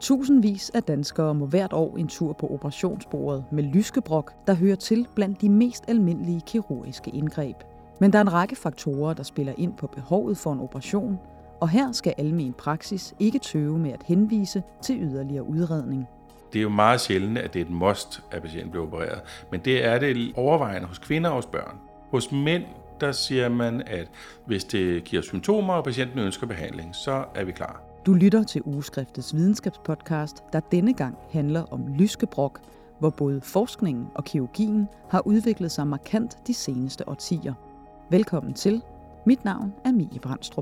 Tusindvis af danskere må hvert år en tur på operationsbordet med lyskebrok, der hører til blandt de mest almindelige kirurgiske indgreb. Men der er en række faktorer, der spiller ind på behovet for en operation, og her skal almen praksis ikke tøve med at henvise til yderligere udredning. Det er jo meget sjældent, at det er et must, at patienten bliver opereret, men det er det overvejende hos kvinder og hos børn. Hos mænd, der siger man, at hvis det giver symptomer, og patienten ønsker behandling, så er vi klar. Du lytter til Ugeskriftets videnskabspodcast, der denne gang handler om lyskebrok, hvor både forskningen og kirurgien har udviklet sig markant de seneste årtier. Velkommen til. Mit navn er Mie Brandstrup.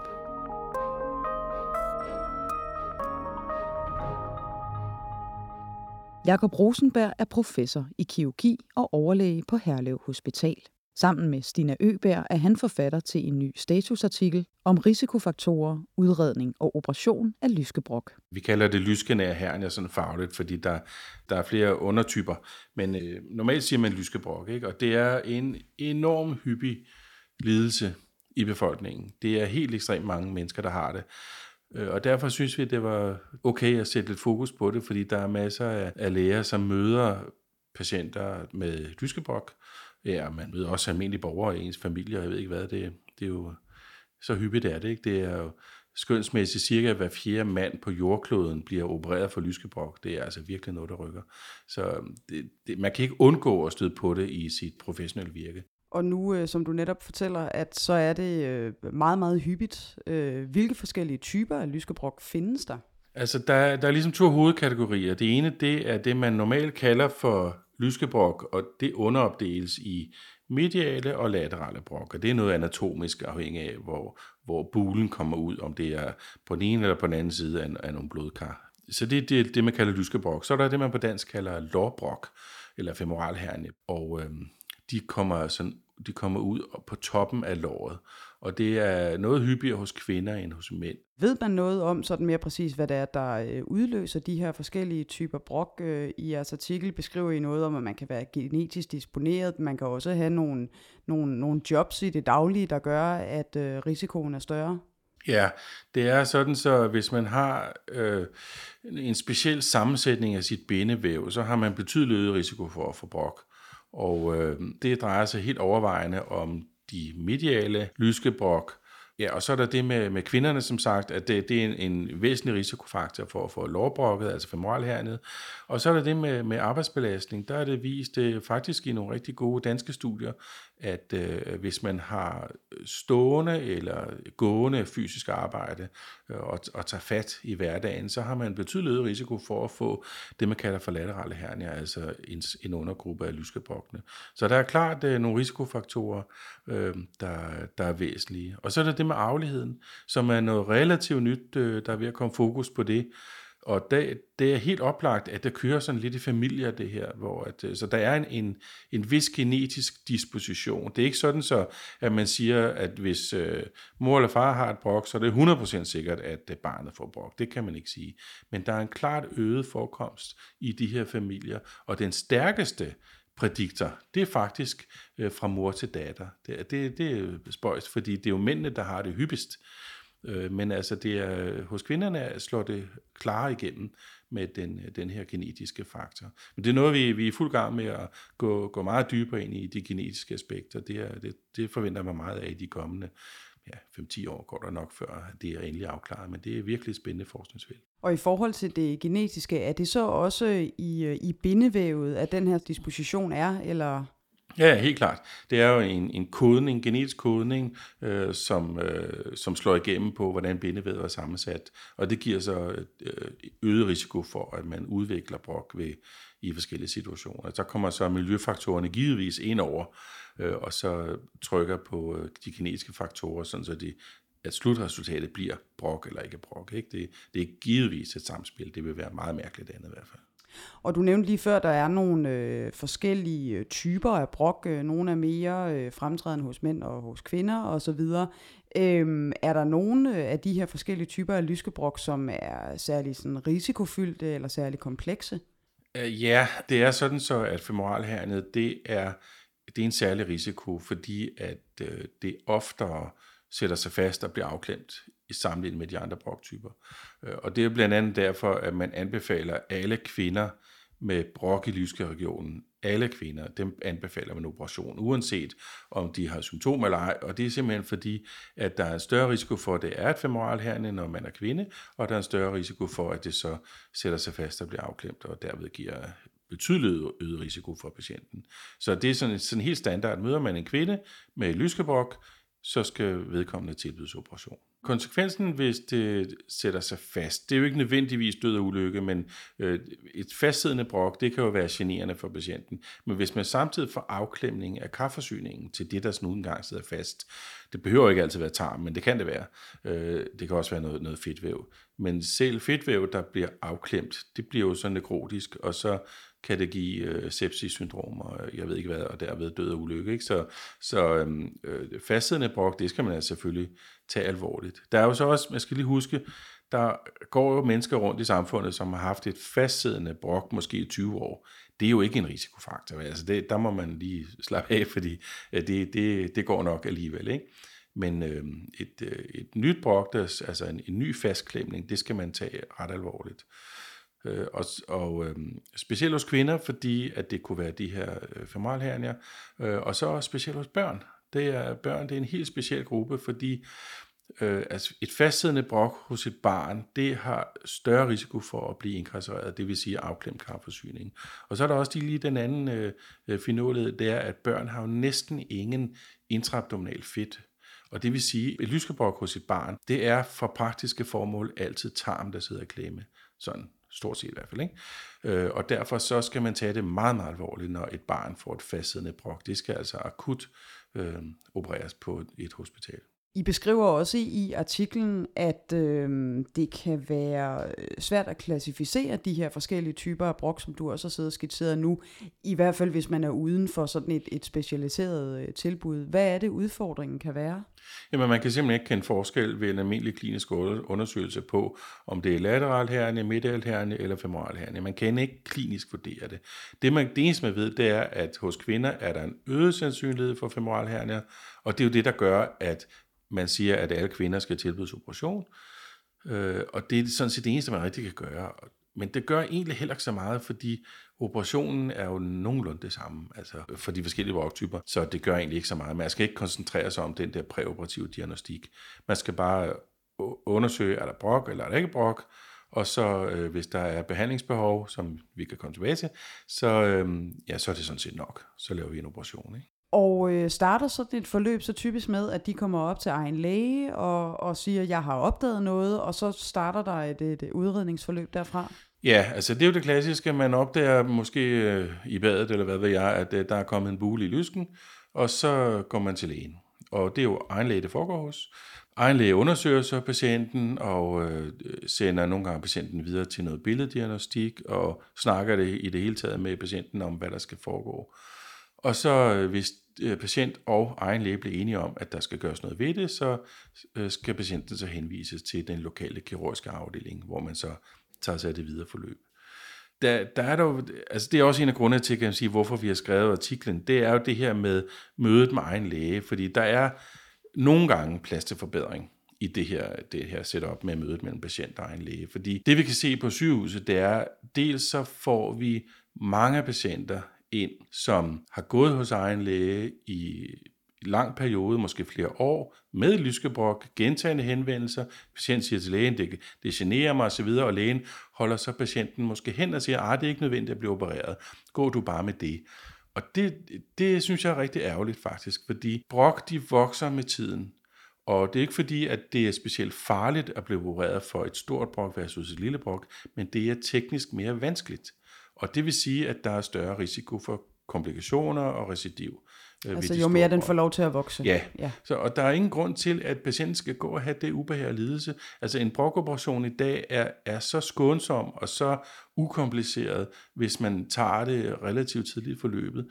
Jakob Rosenberg er professor i kirurgi og overlæge på Herlev Hospital. Sammen med Stina Øberg er han forfatter til en ny statusartikel om risikofaktorer, udredning og operation af lyskebrok. Vi kalder det lyskenær hernia sådan fagligt, fordi der er flere undertyper. Men normalt siger man lyskebrok, ikke? Og det er en enorm hyppig lidelse i befolkningen. Det er helt ekstremt mange mennesker, der har det. Og derfor synes vi, at det var okay at sætte lidt fokus på det, fordi der er masser af læger, som møder patienter med lyskebrok. Ja, man møder også almindelige borgere i ens familie, og jeg ved ikke hvad, det er jo så hyppigt er det, ikke? Det er jo skønsmæssigt cirka hver fjerde mand på jordkloden bliver opereret for lyskebrok. Det er altså virkelig noget, der rykker. Så man kan ikke undgå at støde på det i sit professionelle virke. Og nu, som du netop fortæller, at så er det meget, meget hyppigt. Hvilke forskellige typer af lyskebrok findes der? Altså, der er ligesom to hovedkategorier. Det ene, det er det, man normalt kalder for lyskebrok, og det underopdeles i mediale og laterale brok. Og det er noget anatomisk afhængig af, hvor bulen kommer ud, om det er på den ene eller på den anden side af nogle blodkar. Så det er det, man kalder lyskebrok. Så er der det, man på dansk kalder lårbrok, eller femoral hernie. Og de kommer ud på toppen af låret. Og det er noget hyppigere hos kvinder end hos mænd. Ved man noget om sådan mere præcis, hvad det er, der udløser de her forskellige typer brok? I jeres artikel beskriver I noget om, at man kan være genetisk disponeret. Man kan også have nogle jobs i det daglige, der gør, at risikoen er større. Ja, det er sådan, så hvis man har en speciel sammensætning af sit bindevæv, så har man betydelig øget risiko for at få brok. Og det drejer sig helt overvejende om de mediale lyskebrok. Ja, og så er der det med kvinderne, som sagt, at det er en væsentlig risikofaktor for at få lårbrokket, altså femoralherniet. Og så er der det med arbejdsbelastning. Der er det vist faktisk i nogle rigtig gode danske studier, at hvis man har stående eller gående fysisk arbejde og tager fat i hverdagen, så har man betydelig øget risiko for at få det, man kalder for laterale hernier, altså en undergruppe af lyskebrokene. Så der er klart nogle risikofaktorer, der er væsentlige. Og så er der det med arveligheden, som er noget relativt nyt, der er ved at komme fokus på det. Og det er helt oplagt, at der kører sådan lidt i familier det her, så der er en vis genetisk disposition. Det er ikke sådan så, at man siger, at hvis mor eller far har et brok, så er det 100% sikkert, at barnet får brok. Det kan man ikke sige. Men der er en klart øget forekomst i de her familier, og den stærkeste prædiktor, det er faktisk fra mor til datter. Det er spøjst, fordi det er jo mændene, der har det hyppigst. Men altså det er, hos kvinderne slår det klare igennem med den her genetiske faktor. Men det er noget, vi er i fuld gang med at gå meget dybere ind i de genetiske aspekter. Det forventer man meget af i de kommende 5-10 år, går der nok før det er endelig afklaret. Men det er virkelig et spændende forskningsfelt. Og i forhold til det genetiske, er det så også i bindevævet, at den her disposition er, eller? Ja, helt klart. Det er jo en kodning, genetisk kodning, som slår igennem på, hvordan bindevævet er sammensat. Og det giver så øget risiko for, at man udvikler brok i forskellige situationer. Så kommer så miljøfaktorerne givetvis ind over, og så trykker på de genetiske faktorer, sådan så at slutresultatet bliver brok eller ikke brok. Ikke? Det er givetvis et samspil. Det vil være meget mærkeligt andet i hvert fald. Og du nævnte lige før, der er nogle forskellige typer af brok. Nogle er mere fremtrædende hos mænd og hos kvinder osv. Er der nogle af de her forskellige typer af lyskebrok, som er særlig sådan risikofyldte eller særlig komplekse? Ja, det er sådan så, at femoralherniet, det er en særlig risiko, fordi at det oftere sætter sig fast og bliver afklemt i sammenligning med de andre broktyper. Og det er blandt andet derfor, at man anbefaler alle kvinder med brok i lyskeregionen, alle kvinder, dem anbefaler man operation, uanset om de har symptomer eller ej, og det er simpelthen fordi, at der er en større risiko for, at det er et femoralhernie, når man er kvinde, og der er en større risiko for, at det så sætter sig fast og bliver afklemt, og derved giver betydeligt øget risiko for patienten. Så det er sådan helt standard. Møder man en kvinde med lyskebrok, så skal vedkommende tilbydes operation. Konsekvensen, hvis det sætter sig fast, det er jo ikke nødvendigvis død og ulykke, men et fastsiddende brok, det kan jo være generende for patienten. Men hvis man samtidig får afklemning af kræftforsyningen til det, der nu engang sidder fast, det behøver ikke altid være tarm, men det kan det være. Det kan også være noget fedtvæv. Men selv fedtvæv, der bliver afklemt, det bliver jo så nekrotisk, og så kan det give sepsis-syndrom, og jeg ved ikke hvad, og derved død og ulykke. Ikke? Så fastsiddende brok, det skal man altså selvfølgelig tage alvorligt. Der er jo så også, man skal lige huske, der går jo mennesker rundt i samfundet, som har haft et fastsiddende brok, måske i 20 år. Det er jo ikke en risikofaktor. Altså der må man lige slappe af, fordi det går nok alligevel. Ikke? Men et nyt brok, altså en ny fastklemning, det skal man tage ret alvorligt. Og specielt hos kvinder, fordi at det kunne være de her femoralhernier, og så specielt hos børn. Børn, det er en helt speciel gruppe, fordi altså et fastsiddende brok hos et barn, det har større risiko for at blive inkarcereret, det vil sige afklemt kræftforsyning. Og så er der også lige den anden finurlighed, det er, at børn har jo næsten ingen intraabdominal fedt. Og det vil sige, et lyskebrok hos et barn, det er for praktiske formål altid tarm, der sidder i klemme. Sådan stort set i hvert fald. Ikke? Og derfor så skal man tage det meget, meget alvorligt, når et barn får et fastsiddende brok. Det skal altså akut opereres på et hospital. I beskriver også i artiklen, at det kan være svært at klassificere de her forskellige typer af brok, som du også har siddet og skitseret nu, i hvert fald hvis man er uden for sådan et specialiseret tilbud. Hvad er det, udfordringen kan være? Jamen, man kan simpelthen ikke kende forskel ved en almindelig klinisk undersøgelse på, om det er lateral hernie, medial hernie eller femoral hernie. Man kan ikke klinisk vurdere det. Det eneste, man ved, det er, at hos kvinder er der en øget sandsynlighed for femoral hernie, og det er jo det, der gør, at man siger, at alle kvinder skal tilbydes operation, og det er sådan set det eneste, man rigtig kan gøre. Men det gør egentlig heller ikke så meget, fordi operationen er jo nogenlunde det samme, altså for de forskellige broktyper, så det gør egentlig ikke så meget. Man skal ikke koncentrere sig om den der præoperative diagnostik. Man skal bare undersøge, er der brok eller er der ikke brok, og så hvis der er behandlingsbehov, som vi kan komme tilbage til, så er det sådan set nok. Så laver vi en operation, ikke? Og starter sådan et forløb så typisk med, at de kommer op til egen læge og siger, jeg har opdaget noget, og så starter der et udredningsforløb derfra? Ja, altså det er jo det klassiske, man opdager måske i badet, eller hvad ved jeg, at der er kommet en bule i lysken, og så går man til lægen. Og det er jo egen læge, det foregår hos. Egen læge undersøger så patienten og sender nogle gange patienten videre til noget billeddiagnostik og snakker det i det hele taget med patienten om, hvad der skal foregå. Og så hvis patient og egen læge bliver enige om, at der skal gøres noget ved det, så skal patienten så henvises til den lokale kirurgiske afdeling, hvor man så tager sig af det videre forløb. Der er der, altså det er også en af grundene til, kan man sige, hvorfor vi har skrevet artiklen. Det er jo det her med mødet med egen læge, fordi der er nogle gange plads til forbedring i det her setup med mødet mellem patient og egen læge. Fordi det vi kan se på sygehuset, det er, dels så får vi mange patienter ind, som har gået hos egen læge i lang periode, måske flere år, med lyskebrok, gentagne henvendelser. Patienten siger til lægen, det generer mig osv., og lægen holder så patienten måske hen og siger, det er ikke nødvendigt at blive opereret. Gå du bare med det. Og det synes jeg er rigtig ærgerligt faktisk, fordi brok, de vokser med tiden. Og det er ikke fordi, at det er specielt farligt at blive opereret for et stort brok versus et lille brok, men det er teknisk mere vanskeligt. Og det vil sige, at der er større risiko for komplikationer og recidiv. Altså jo mere den får lov til at vokse. Ja. Og der er ingen grund til, at patienten skal gå og have det ubehag og lidelse. Altså en brokoperation i dag er så skånsom og så ukompliceret, hvis man tager det relativt tidligt i forløbet.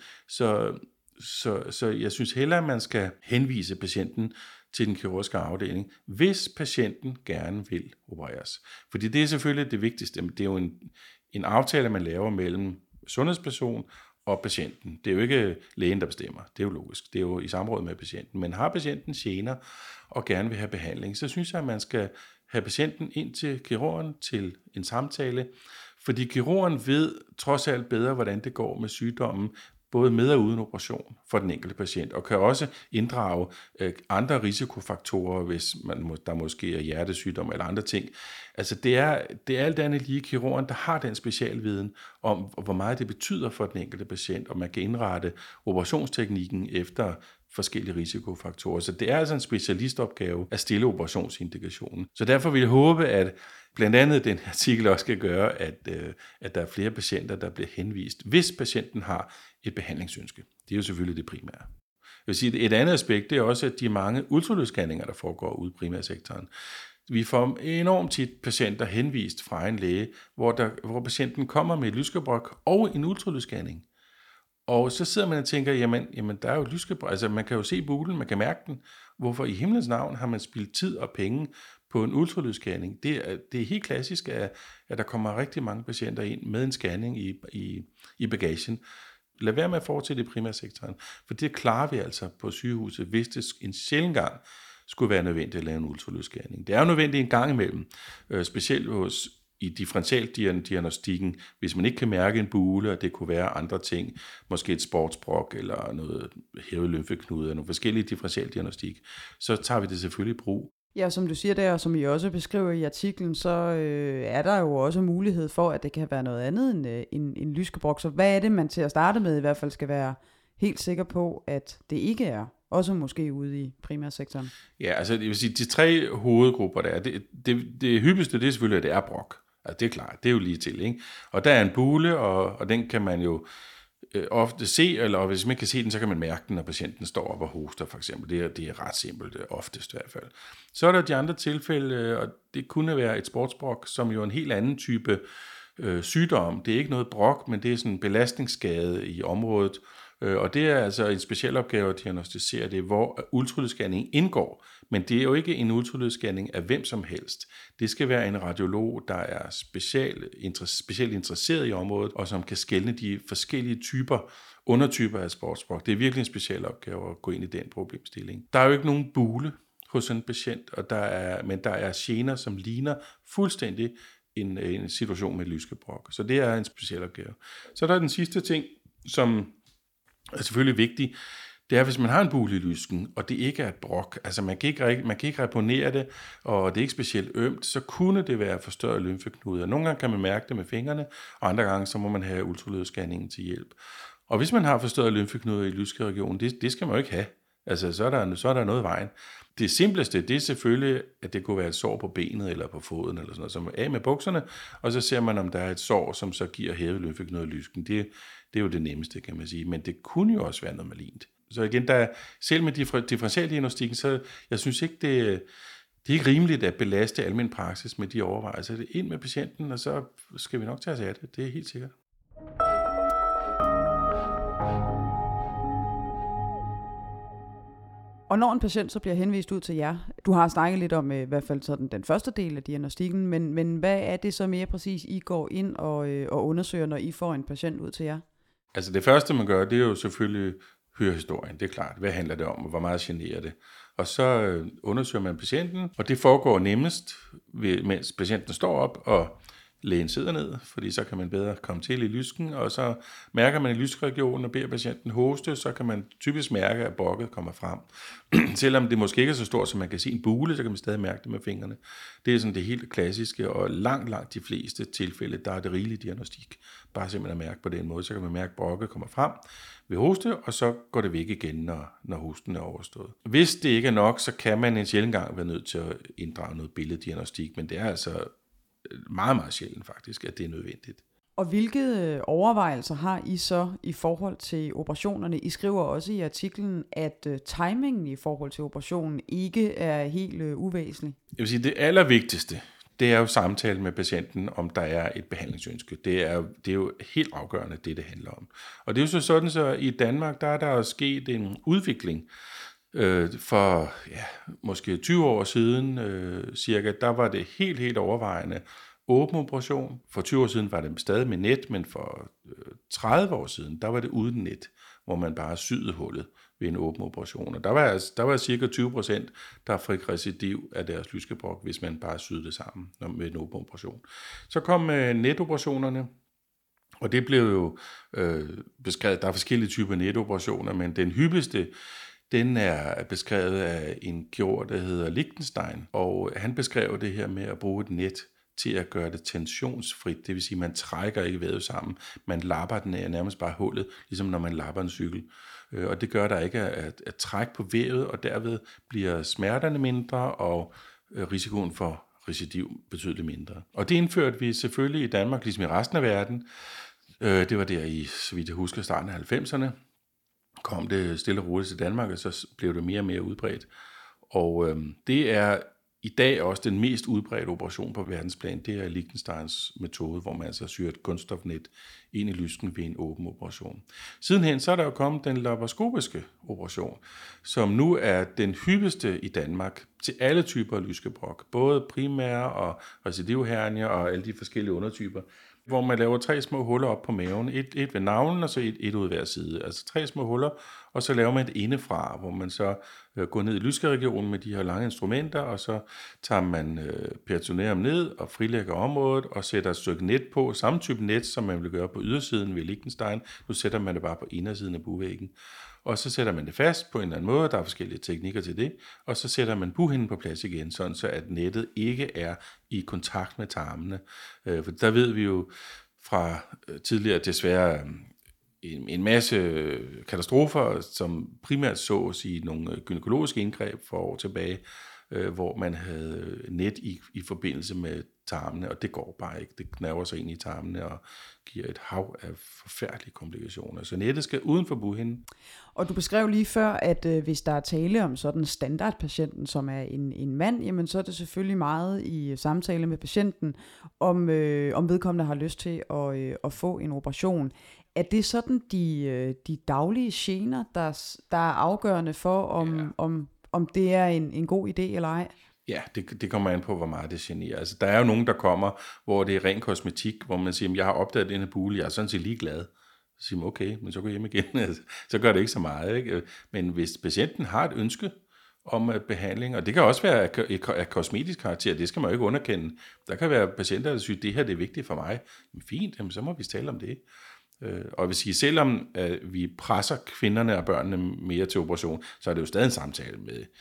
Så jeg synes hellere, at man skal henvise patienten til den kirurgiske afdeling, hvis patienten gerne vil opereres. Fordi det er selvfølgelig det vigtigste. Det er jo en aftale, man laver mellem sundhedsperson og patienten. Det er jo ikke lægen, der bestemmer. Det er jo logisk. Det er jo i samråd med patienten. Men har patienten gener og gerne vil have behandling, så synes jeg, at man skal have patienten ind til kirurgen til en samtale, fordi kirurgen ved trods alt bedre, hvordan det går med sygdommen, både med og uden operation for den enkelte patient, og kan også inddrage andre risikofaktorer, hvis der måske er hjertesygdom eller andre ting. Altså det er alt andet lige kirurgen, der har den specialviden om, hvor meget det betyder for den enkelte patient, og man kan indrette operationsteknikken efter forskellige risikofaktorer. Så det er altså en specialistopgave at stille operationsindikationen. Så derfor vil jeg håbe, at blandt andet den artikel også skal gøre, at der er flere patienter, der bliver henvist, hvis patienten har et behandlingsønske. Det er jo selvfølgelig det primære. Jeg vil sige, et andet aspekt, det er også, at de mange ultralydsscanninger, der foregår ude i primærsektoren. Vi får enormt tit patienter henvist fra en læge, hvor patienten kommer med et lyskebrok og en ultralydsscanning. Og så sidder man og tænker, jamen der er jo lyskebrok, altså man kan jo se bulen, man kan mærke den. Hvorfor i himlens navn har man spildt tid og penge på en ultralydsscanning? Det er helt klassisk, at der kommer rigtig mange patienter ind med en scanning i bagagen. Lad være med at fortsætte i primærsektoren, for det klarer vi altså på sygehuset, hvis det en sjældent gang skulle være nødvendigt at lave en ultralydsscanning. Det er jo nødvendigt en gang imellem, specielt i differentialdiagnostikken, hvis man ikke kan mærke en bule, og det kunne være andre ting, måske et sportsbrok eller noget hævet lymfeknude, eller nogle forskellige differentialdiagnostik, så tager vi det selvfølgelig i brug. Ja, som du siger der, og som I også beskriver i artiklen, så er der jo også mulighed for, at det kan være noget andet end en lyskebrok. Så hvad er det, man til at starte med i hvert fald skal være helt sikker på, at det ikke er? Også måske ude i primærsektoren. Ja, altså jeg vil sige, de 3 hovedgrupper, der er, det hyppigste, det er selvfølgelig, at det er brok. Altså det er klart, det er jo lige til, ikke? Og der er en bule, og den kan man jo ofte se, eller hvis man ikke kan se den, så kan man mærke den, når patienten står op og hoster, for eksempel. Det er ret simpelt, oftest i hvert fald. Så er der de andre tilfælde, og det kunne være et sportsbrok, som jo er en helt anden type sygdom. Det er ikke noget brok, men det er sådan en belastningsskade i området, og det er altså en speciel opgave at diagnostisere det, hvor ultralydsscanning indgår. Men det er jo ikke en ultralydsscanning af hvem som helst. Det skal være en radiolog, der er specielt interesseret i området, og som kan skelne de forskellige undertyper af sportsbrok. Det er virkelig en speciel opgave at gå ind i den problemstilling. Der er jo ikke nogen bule hos en patient, men der er gener, som ligner fuldstændig en situation med lyskebrok. Så det er en speciel opgave. Så der er den sidste ting, som er selvfølgelig vigtig, det er, hvis man har en bule i lysken, og det ikke er et brok, altså man kan ikke reponere det, og det er ikke specielt ømt, så kunne det være forstørret lymfeknuder. Nogle gange kan man mærke det med fingrene, og andre gange så må man have ultralydsscanningen til hjælp. Og hvis man har forstørret lymfeknuder i lyskeregionen, det skal man jo ikke have. Altså så er der noget i vejen. Det simpleste, det er selvfølgelig, at det kunne være et sår på benet eller på foden, eller sådan noget, som af med bukserne, og så ser man, om der er et sår, som så giver hævet lymfeknuder i lysken. Det er jo det nemmeste, kan man sige, men det kunne jo også være noget malignt. Så igen, selv med differentialdiagnostikken, så jeg synes ikke, det er ikke rimeligt at belaste almen praksis med de overvejelser. Det er ind med patienten, og så skal vi nok tage os af det. Det er helt sikkert. Og når en patient så bliver henvist ud til jer, du har snakket lidt om i hvert fald sådan den første del af diagnostikken, men hvad er det så mere præcis, I går ind og undersøger, når I får en patient ud til jer? Altså det første, man gør, det er jo selvfølgelig høre historien. Det er klart. Hvad handler det om, og hvor meget generer det? Og så undersøger man patienten, og det foregår nemmest, mens patienten står op, og lægen sidder ned, fordi så kan man bedre komme til i lysken, og så mærker man i lyskeregionen og beder patienten hoste, så kan man typisk mærke, at brokket kommer frem. Selvom det måske ikke er så stort, som man kan se en bule, så kan man stadig mærke det med fingrene. Det er sådan det helt klassiske, og langt de fleste tilfælde, der er det rigelige diagnostik. Bare simpelthen at mærke på den måde, så kan man mærke, at brokket kommer frem ved hoste, og så går det væk igen, når hosten er overstået. Hvis det ikke er nok, så kan man en sjældent gang være nødt til at inddrage noget billeddiagnostik, men det er altså meget, meget sjældent faktisk, at det er nødvendigt. Og hvilke overvejelser har I så i forhold til operationerne? I skriver også i artiklen, at timingen i forhold til operationen ikke er helt uvæsentlig. Jeg vil sige, det allervigtigste, det er jo samtalen med patienten, om der er et behandlingsønske. Det er jo helt afgørende, det handler om. Og det er jo sådan, så i Danmark, der er der sket en udvikling. For måske 20 år siden cirka, der var det helt overvejende åben operation. For 20 år siden var det stadig med net, men for 30 år siden, der var det uden net, hvor man bare syede hullet ved en åben operation. Og der var cirka 20%, der fik recidiv af deres lyskebrok, hvis man bare syede det sammen med en åben operation. Så kom netoperationerne, og det blev jo beskrevet. Der er forskellige typer netoperationer, men den hyppigste, den er beskrevet af en kirurg, der hedder Lichtenstein, og han beskrev det her med at bruge et net til at gøre det tensionsfrit. Det vil sige, at man trækker ikke vævet sammen. Man lapper den af nærmest bare hullet, ligesom når man lapper en cykel. Og det gør der ikke at trække på vævet, og derved bliver smerterne mindre, og risikoen for recidiv betydeligt mindre. Og det indførte vi selvfølgelig i Danmark, ligesom i resten af verden. Det var der i, så vidt jeg husker, starten af 90'erne. Kom det stille og roligt til Danmark, og så blev det mere og mere udbredt. Og det er i dag også den mest udbredte operation på verdensplan. Det er Lichtensteins metode, hvor man altså syrer et kunststofnet ind i lysken ved en åben operation. Sidenhen så er der jo kommet den laparoskopiske operation, som nu er den hyppigste i Danmark til alle typer af lyskebrok, både primære og recidivhernier og alle de forskellige undertyper, hvor man laver 3 små huller op på maven, et ved navlen og så et ud hver side. Altså 3 små huller, og så laver man et indefra, hvor man så går ned i lyskeregionen med de her lange instrumenter, og så tager man peritoneum ned og frilægger området og sætter et stykke net på, samme type net, som man vil gøre på ydersiden ved Lichtenstein. Nu sætter man det bare på indersiden af bugvæggen. Og så sætter man det fast på en eller anden måde, der er forskellige teknikker til det, og så sætter man bughinden på plads igen, sådan så at nettet ikke er i kontakt med tarmene. For der ved vi jo fra tidligere desværre en masse katastrofer, som primært sås i nogle gynækologiske indgreb for år tilbage, hvor man havde net i forbindelse med tarmene, og det går bare ikke. Det knæver sig ind i tarmene og giver et hav af forfærdelige komplikationer. Så nettet skal uden for bughinden. Og du beskrev lige før, at hvis der er tale om sådan standardpatienten, som er en mand, jamen så er det selvfølgelig meget i samtale med patienten, om vedkommende har lyst til at få en operation. Er det sådan de daglige gener, der er afgørende for, om det er en god idé eller ej? Ja, det kommer an på, hvor meget det generer. Altså, der er jo nogen, der kommer, hvor det er ren kosmetik, hvor man siger, jeg har opdaget denne bule, jeg er sådan set ligeglad. Så siger man, okay, men så går hjem igen. Så gør det ikke så meget. Ikke? Men hvis patienten har et ønske om behandling, og det kan også være af kosmetisk karakter, det skal man jo ikke underkende. Der kan være patienter, der synes, det her det er vigtigt for mig. Men fint, jamen, så må vi tale om det. Og hvis sige, selvom vi presser kvinderne og børnene mere til operation, så er det jo stadig en samtale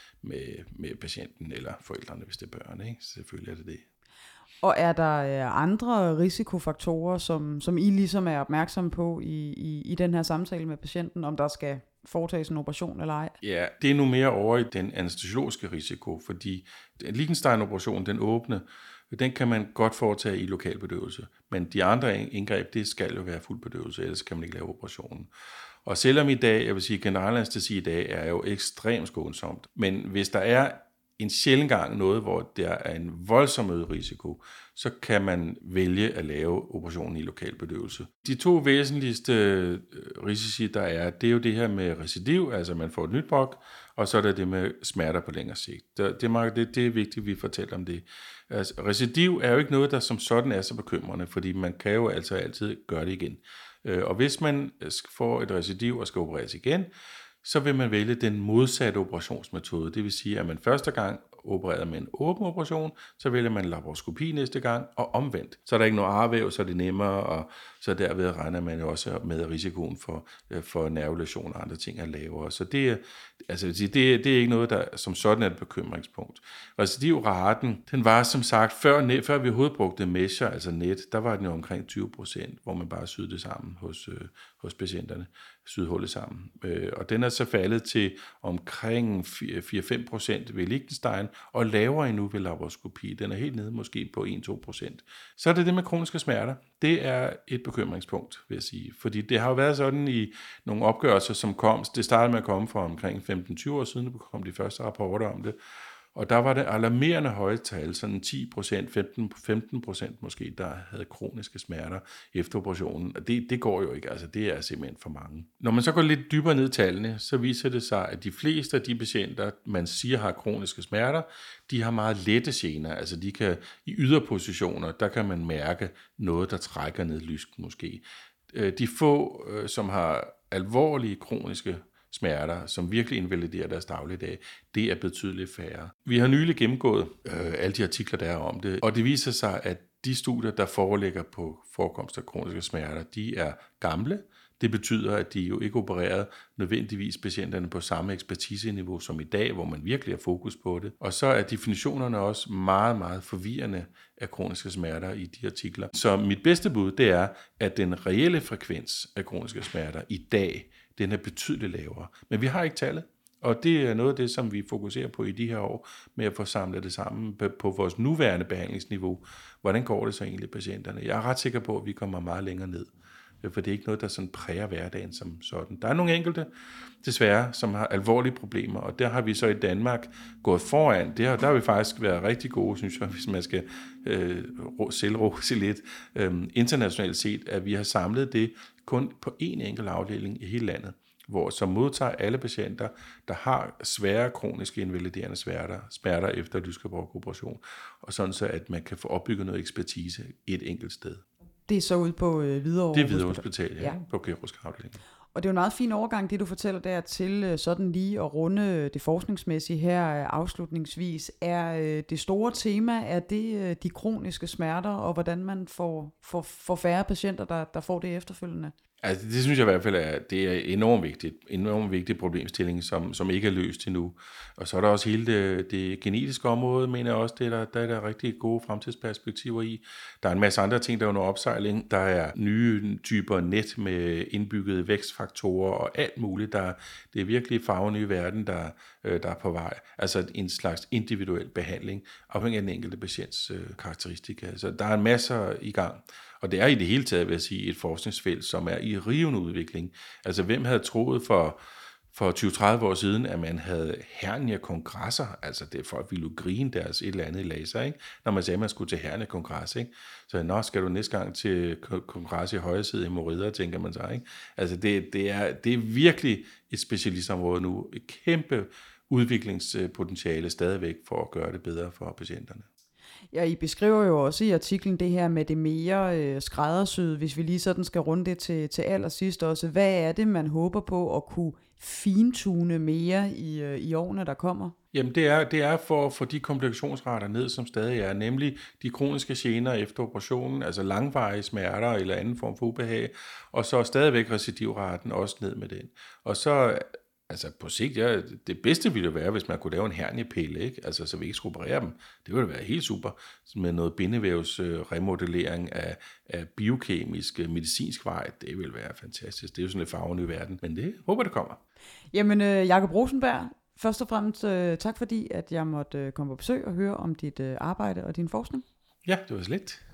med patienten eller forældrene, hvis det er børn. Ikke? Selvfølgelig er det det. Og er der andre risikofaktorer, som I ligesom er opmærksom på i den her samtale med patienten, om der skal foretages en operation eller ej? Ja, det er nu mere over i den anæstesiologiske risiko, fordi Lichtenstein-operation, den åbne, den kan man godt foretage i lokalbedøvelse. Men de andre indgreb, det skal jo være fuld bedøvelse, ellers kan man ikke lave operationen. Og selvom i dag, jeg vil sige, generalanæstesi i dag er jo ekstremt skånsomt, men hvis der er en sjælden gang noget, hvor der er en voldsom øget risiko, så kan man vælge at lave operationen i lokalbedøvelse. De 2 væsentligste risici, der er, det er jo det her med recidiv, altså man får et nyt brok, og så er der det med smerter på længere sigt. Det er vigtigt, at vi fortæller om det. Altså, recidiv er jo ikke noget, der som sådan er så bekymrende, fordi man kan jo altså altid gøre det igen. Og hvis man får et recidiv og skal opereres igen, så vil man vælge den modsatte operationsmetode. Det vil sige, at man første gang opereret med en åben operation, så vælger man laparoskopi næste gang, og omvendt. Så er der ikke noget arvæv, så er det nemmere, og så derved regner man jo også med, at risikoen for nervelæsion og andre ting er lavere. Så det er ikke noget, der som sådan er et bekymringspunkt. Recidivraten, den var som sagt, før vi overhovedet brugte mesher, altså net, der var den jo omkring 20%, hvor man bare syede det sammen hos patienterne, syede hullet sammen. Og den er så faldet til omkring 4-5% ved Lichtenstein, og lavere endnu ved laparoskopi. Den er helt nede måske på 1-2%. Så er det med kroniske smerter. Det er et bekymringspunkt, vil jeg sige. Fordi det har jo været sådan i nogle opgørelser, som kom. Det startede med at komme fra omkring 15-20 år siden, der kom de første rapporter om det. Og der var det alarmerende høje tal, sådan 10%, 15% måske, der havde kroniske smerter efter operationen. Og det går jo ikke, altså det er simpelthen for mange. Når man så går lidt dybere ned i tallene, så viser det sig, at de fleste af de patienter, man siger har kroniske smerter, de har meget lette gener, altså de kan i yderpositioner, der kan man mærke noget, der trækker ned lysken måske. De få, som har alvorlige kroniske smerter, som virkelig invaliderer deres dagligdag, det er betydeligt færre. Vi har nylig gennemgået alle de artikler, der er om det, og det viser sig, at de studier, der foreligger på forekomst af kroniske smerter, de er gamle. Det betyder, at de jo ikke opererede nødvendigvis patienterne på samme ekspertiseniveau som i dag, hvor man virkelig har fokus på det. Og så er definitionerne også meget, meget forvirrende af kroniske smerter i de artikler. Så mit bedste bud, det er, at den reelle frekvens af kroniske smerter i dag, den er betydeligt lavere. Men vi har ikke tallet, og det er noget af det, som vi fokuserer på i de her år, med at få samlet det sammen på vores nuværende behandlingsniveau. Hvordan går det så egentlig patienterne? Jeg er ret sikker på, at vi kommer meget længere ned, for det er ikke noget, der sådan præger hverdagen som sådan. Der er nogle enkelte, desværre, som har alvorlige problemer, og der har vi så i Danmark gået foran. Der har vi faktisk været rigtig gode, synes jeg, hvis man skal selvrose lidt internationalt set, at vi har samlet det kun på en enkelt afdeling i hele landet, hvor som modtager alle patienter, der har svære kroniske invaliderende smerter efter lyskebrok-operation, og sådan så, at man kan få opbygget noget ekspertise et enkelt sted. Det er så ude på Hvidovre? Det er Hvidovre Hospital, ja, på kirurgisk afdeling. Og det er jo en meget fin overgang, det du fortæller der til sådan lige at runde det forskningsmæssige her afslutningsvis. Er det store tema, er det de kroniske smerter, og hvordan man får færre patienter, der får det efterfølgende? Altså, det synes jeg i hvert fald det er enormt vigtig problemstilling, som ikke er løst endnu. Og så er der også hele det genetiske område, mener jeg også, der er der rigtig gode fremtidsperspektiver i. Der er en masse andre ting, der er under opsejling. Der er nye typer net med indbyggede vækstfaktorer og alt muligt. Det er virkelig farven i verden, der er på vej. Altså en slags individuel behandling, afhængig af den enkelte patients karakteristika. Så der er en masse i gang. Og det er i det hele taget, vil jeg sige, et forskningsfelt, som er i rivende udvikling. Altså, hvem havde troet for 20-30 år siden, at man havde hernia-kongresser, altså det folk ville jo grine deres et eller andet laser, ikke? Når man sagde, at man skulle til hernia-kongres, ikke? Så skal du næste gang til kongres i højre side i hemorrider, tænker man sig, ikke? Altså det er virkelig et specialistområde nu, et kæmpe udviklingspotentiale stadigvæk for at gøre det bedre for patienterne. Ja, I beskriver jo også i artiklen det her med det mere skræddersyede, hvis vi lige sådan skal runde det til allersidst også. Hvad er det, man håber på at kunne fintune mere i årene, der kommer? Jamen det er for at få de komplikationsrater ned, som stadig er, nemlig de kroniske gener efter operationen, altså langvarige smerter eller anden form for ubehag, og så stadigvæk recidivraten også ned med den. Og så altså på sigt, det bedste ville jo være, hvis man kunne lave en herniepille, ikke? Altså så vi ikke skulle operere dem. Det ville være helt super med noget bindevævs remodellering af biokemisk, medicinsk vej. Det ville være fantastisk. Det er jo sådan lidt farven i verden, men det håber det kommer. Jamen Jakob Rosenberg, først og fremmest tak fordi, at jeg måtte komme på besøg og høre om dit arbejde og din forskning. Ja, det var så lidt.